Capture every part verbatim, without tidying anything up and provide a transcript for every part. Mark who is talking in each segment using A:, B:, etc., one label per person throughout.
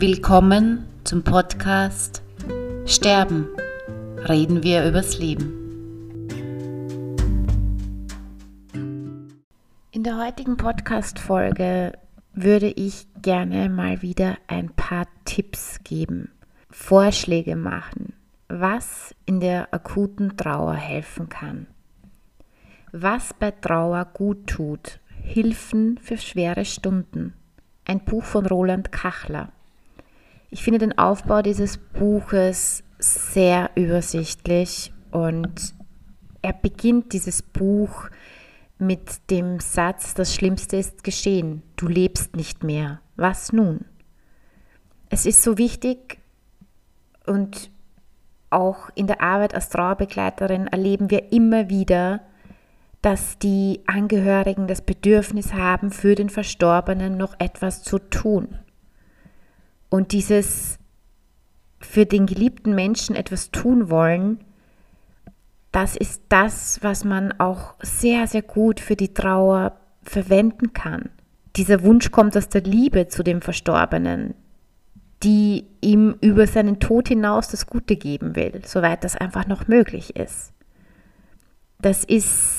A: Willkommen zum Podcast Sterben. Reden wir übers Leben. In der heutigen Podcast-Folge würde ich gerne mal wieder ein paar Tipps geben, Vorschläge machen, was in der akuten Trauer helfen kann. Was bei Trauer gut tut, Hilfen für schwere Stunden. Ein Buch von Roland Kachler. Ich finde den Aufbau dieses Buches sehr übersichtlich und er beginnt dieses Buch mit dem Satz: Das Schlimmste ist geschehen, du lebst nicht mehr, was nun? Es ist so wichtig und auch in der Arbeit als Trauerbegleiterin erleben wir immer wieder, dass die Angehörigen das Bedürfnis haben, für den Verstorbenen noch etwas zu tun. Und dieses für den geliebten Menschen etwas tun wollen, das ist das, was man auch sehr, sehr gut für die Trauer verwenden kann. Dieser Wunsch kommt aus der Liebe zu dem Verstorbenen, die ihm über seinen Tod hinaus das Gute geben will, soweit das einfach noch möglich ist. Das ist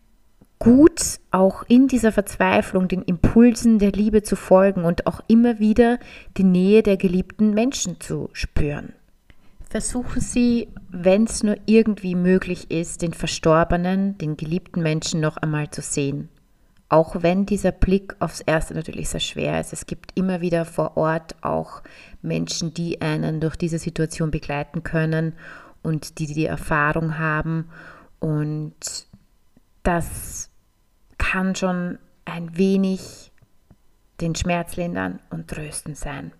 A: gut, auch in dieser Verzweiflung den Impulsen der Liebe zu folgen und auch immer wieder die Nähe der geliebten Menschen zu spüren. Versuchen Sie, wenn es nur irgendwie möglich ist, den Verstorbenen, den geliebten Menschen noch einmal zu sehen. Auch wenn dieser Blick aufs Erste natürlich sehr schwer ist. Es gibt immer wieder vor Ort auch Menschen, die einen durch diese Situation begleiten können und die die Erfahrung haben, und das kann schon ein wenig den Schmerz lindern und trösten sein.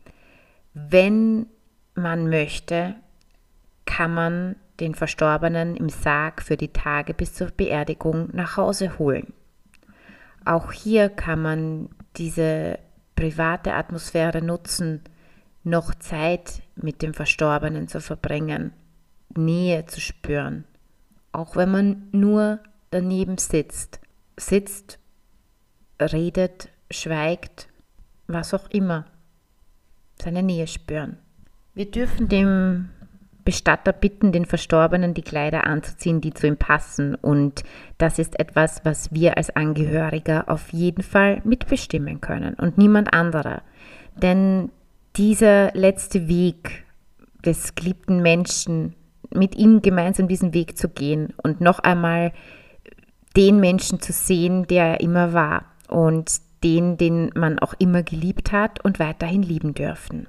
A: Wenn man möchte, kann man den Verstorbenen im Sarg für die Tage bis zur Beerdigung nach Hause holen. Auch hier kann man diese private Atmosphäre nutzen, noch Zeit mit dem Verstorbenen zu verbringen, Nähe zu spüren. Auch wenn man nur daneben sitzt, sitzt, redet, schweigt, was auch immer, seine Nähe spüren. Wir dürfen dem Bestatter bitten, den Verstorbenen die Kleider anzuziehen, die zu ihm passen, und das ist etwas, was wir als Angehöriger auf jeden Fall mitbestimmen können und niemand anderer. Denn dieser letzte Weg des geliebten Menschen, mit ihm gemeinsam diesen Weg zu gehen und noch einmal den Menschen zu sehen, der er immer war, und den, den man auch immer geliebt hat und weiterhin lieben dürfen.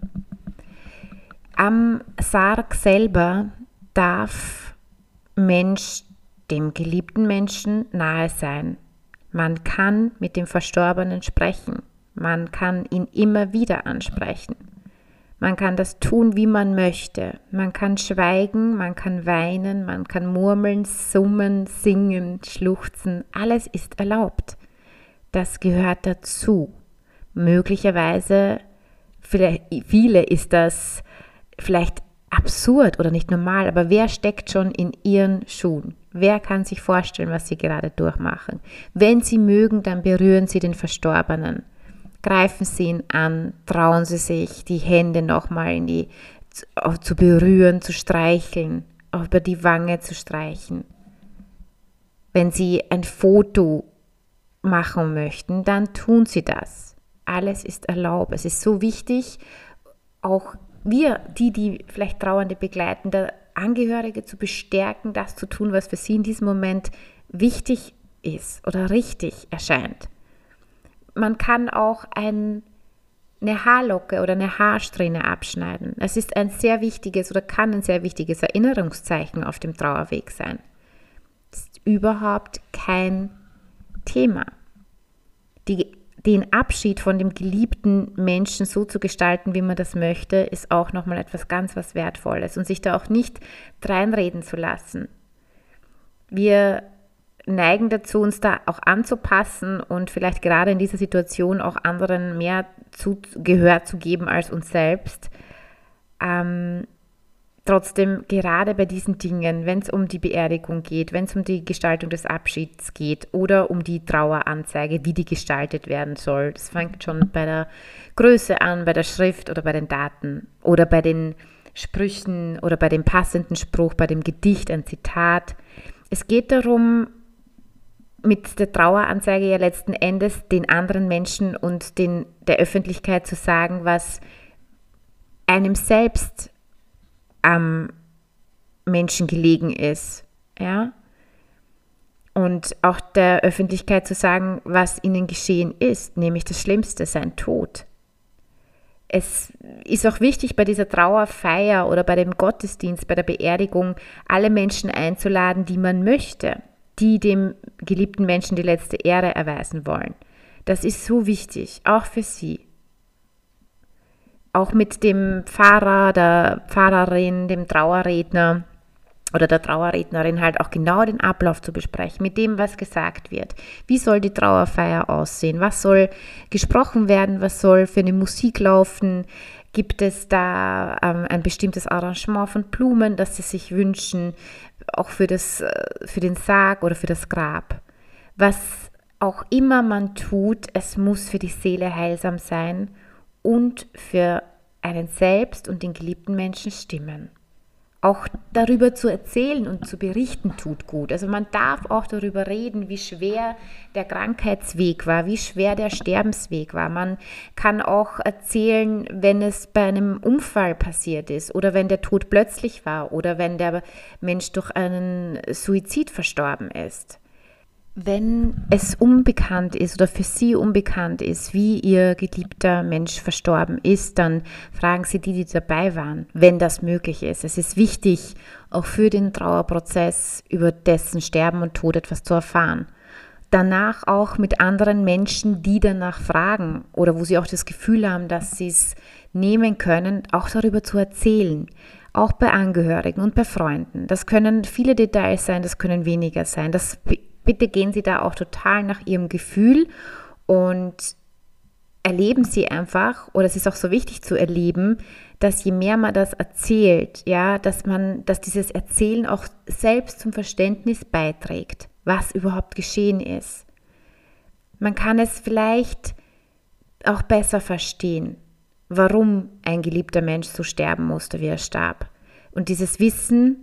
A: Am Sarg selber darf Mensch dem geliebten Menschen nahe sein. Man kann mit dem Verstorbenen sprechen. Man kann ihn immer wieder ansprechen. Man kann das tun, wie man möchte. Man kann schweigen, man kann weinen, man kann murmeln, summen, singen, schluchzen. Alles ist erlaubt. Das gehört dazu. Möglicherweise, für viele ist das vielleicht absurd oder nicht normal, aber wer steckt schon in ihren Schuhen? Wer kann sich vorstellen, was sie gerade durchmachen? Wenn Sie mögen, dann berühren Sie den Verstorbenen. Greifen Sie ihn an, trauen Sie sich, die Hände nochmal in die, zu berühren, zu streicheln, auch über die Wange zu streichen. Wenn Sie ein Foto machen möchten, dann tun Sie das. Alles ist erlaubt. Es ist so wichtig, auch wir, die, die vielleicht Trauernde begleiten, der Angehörige zu bestärken, das zu tun, was für sie in diesem Moment wichtig ist oder richtig erscheint. Man kann auch ein, eine Haarlocke oder eine Haarsträhne abschneiden. Es ist ein sehr wichtiges oder kann ein sehr wichtiges Erinnerungszeichen auf dem Trauerweg sein. Das ist überhaupt kein Thema. Die, den Abschied von dem geliebten Menschen so zu gestalten, wie man das möchte, ist auch nochmal etwas ganz was Wertvolles, und sich da auch nicht dreinreden zu lassen. Wir neigen dazu, uns da auch anzupassen und vielleicht gerade in dieser Situation auch anderen mehr zu, Gehör zu geben als uns selbst. Ähm, trotzdem gerade bei diesen Dingen, wenn es um die Beerdigung geht, wenn es um die Gestaltung des Abschieds geht oder um die Traueranzeige, wie die gestaltet werden soll, das fängt schon bei der Größe an, bei der Schrift oder bei den Daten oder bei den Sprüchen oder bei dem passenden Spruch, bei dem Gedicht, ein Zitat. Es geht darum, mit der Traueranzeige ja letzten Endes den anderen Menschen und den, der Öffentlichkeit zu sagen, was einem selbst am Menschen gelegen ist, ja, und auch der Öffentlichkeit zu sagen, was ihnen geschehen ist, nämlich das Schlimmste, sein Tod. Es ist auch wichtig, bei dieser Trauerfeier oder bei dem Gottesdienst, bei der Beerdigung, alle Menschen einzuladen, die man möchte, die dem geliebten Menschen die letzte Ehre erweisen wollen. Das ist so wichtig, auch für sie. Auch mit dem Pfarrer, der Pfarrerin, dem Trauerredner oder der Trauerrednerin halt auch genau den Ablauf zu besprechen, mit dem, was gesagt wird. Wie soll die Trauerfeier aussehen? Was soll gesprochen werden? Was soll für eine Musik laufen? Gibt es da ähm, ein bestimmtes Arrangement von Blumen, das sie sich wünschen, auch für, das, für den Sarg oder für das Grab? Was auch immer man tut, es muss für die Seele heilsam sein und für einen selbst und den geliebten Menschen stimmen. Auch darüber zu erzählen und zu berichten tut gut. Also man darf auch darüber reden, wie schwer der Krankheitsweg war, wie schwer der Sterbensweg war. Man kann auch erzählen, wenn es bei einem Unfall passiert ist oder wenn der Tod plötzlich war oder wenn der Mensch durch einen Suizid verstorben ist. Wenn es unbekannt ist oder für Sie unbekannt ist, wie Ihr geliebter Mensch verstorben ist, dann fragen Sie die, die dabei waren, wenn das möglich ist. Es ist wichtig, auch für den Trauerprozess über dessen Sterben und Tod etwas zu erfahren. Danach auch mit anderen Menschen, die danach fragen oder wo Sie auch das Gefühl haben, dass Sie es nehmen können, auch darüber zu erzählen. Auch bei Angehörigen und bei Freunden. Das können viele Details sein, das können weniger sein. Das Bitte gehen Sie da auch total nach Ihrem Gefühl und erleben Sie einfach, oder es ist auch so wichtig zu erleben, dass je mehr man das erzählt, ja, dass man, dass dieses Erzählen auch selbst zum Verständnis beiträgt, was überhaupt geschehen ist. Man kann es vielleicht auch besser verstehen, warum ein geliebter Mensch so sterben musste, wie er starb. Und dieses Wissen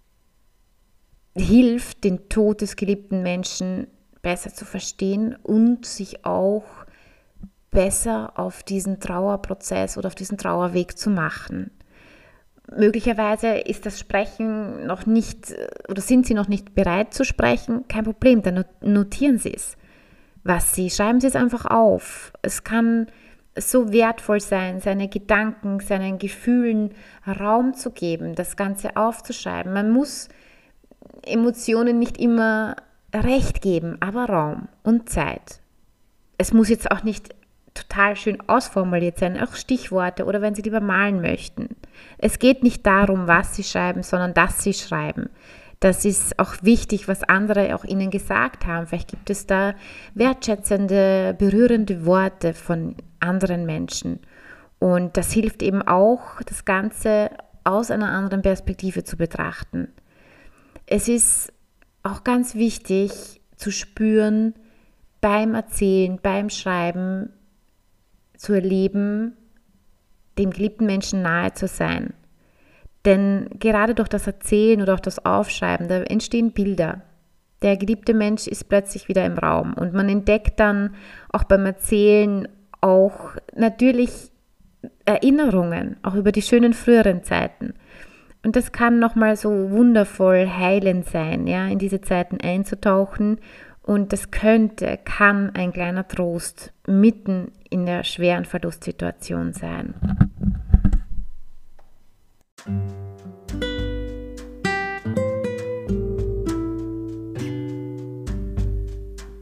A: hilft, den Tod des geliebten Menschen besser zu verstehen und sich auch besser auf diesen Trauerprozess oder auf diesen Trauerweg zu machen. Möglicherweise ist das Sprechen noch nicht, oder sind Sie noch nicht bereit zu sprechen? Kein Problem, dann notieren Sie es. Was Sie, schreiben Sie es einfach auf. Es kann so wertvoll sein, seine Gedanken, seinen Gefühlen Raum zu geben, das Ganze aufzuschreiben. Man muss Emotionen nicht immer Recht geben, aber Raum und Zeit. Es muss jetzt auch nicht total schön ausformuliert sein, auch Stichworte oder wenn Sie lieber malen möchten. Es geht nicht darum, was Sie schreiben, sondern dass Sie schreiben. Das ist auch wichtig, was andere auch Ihnen gesagt haben. Vielleicht gibt es da wertschätzende, berührende Worte von anderen Menschen. Und das hilft eben auch, das Ganze aus einer anderen Perspektive zu betrachten. Es ist auch ganz wichtig zu spüren, beim Erzählen, beim Schreiben, zu erleben, dem geliebten Menschen nahe zu sein. Denn gerade durch das Erzählen oder auch das Aufschreiben, da entstehen Bilder. Der geliebte Mensch ist plötzlich wieder im Raum und man entdeckt dann auch beim Erzählen auch natürlich Erinnerungen, auch über die schönen früheren Zeiten. Und das kann nochmal so wundervoll heilend sein, ja, in diese Zeiten einzutauchen. Und das könnte, kann ein kleiner Trost mitten in der schweren Verlustsituation sein.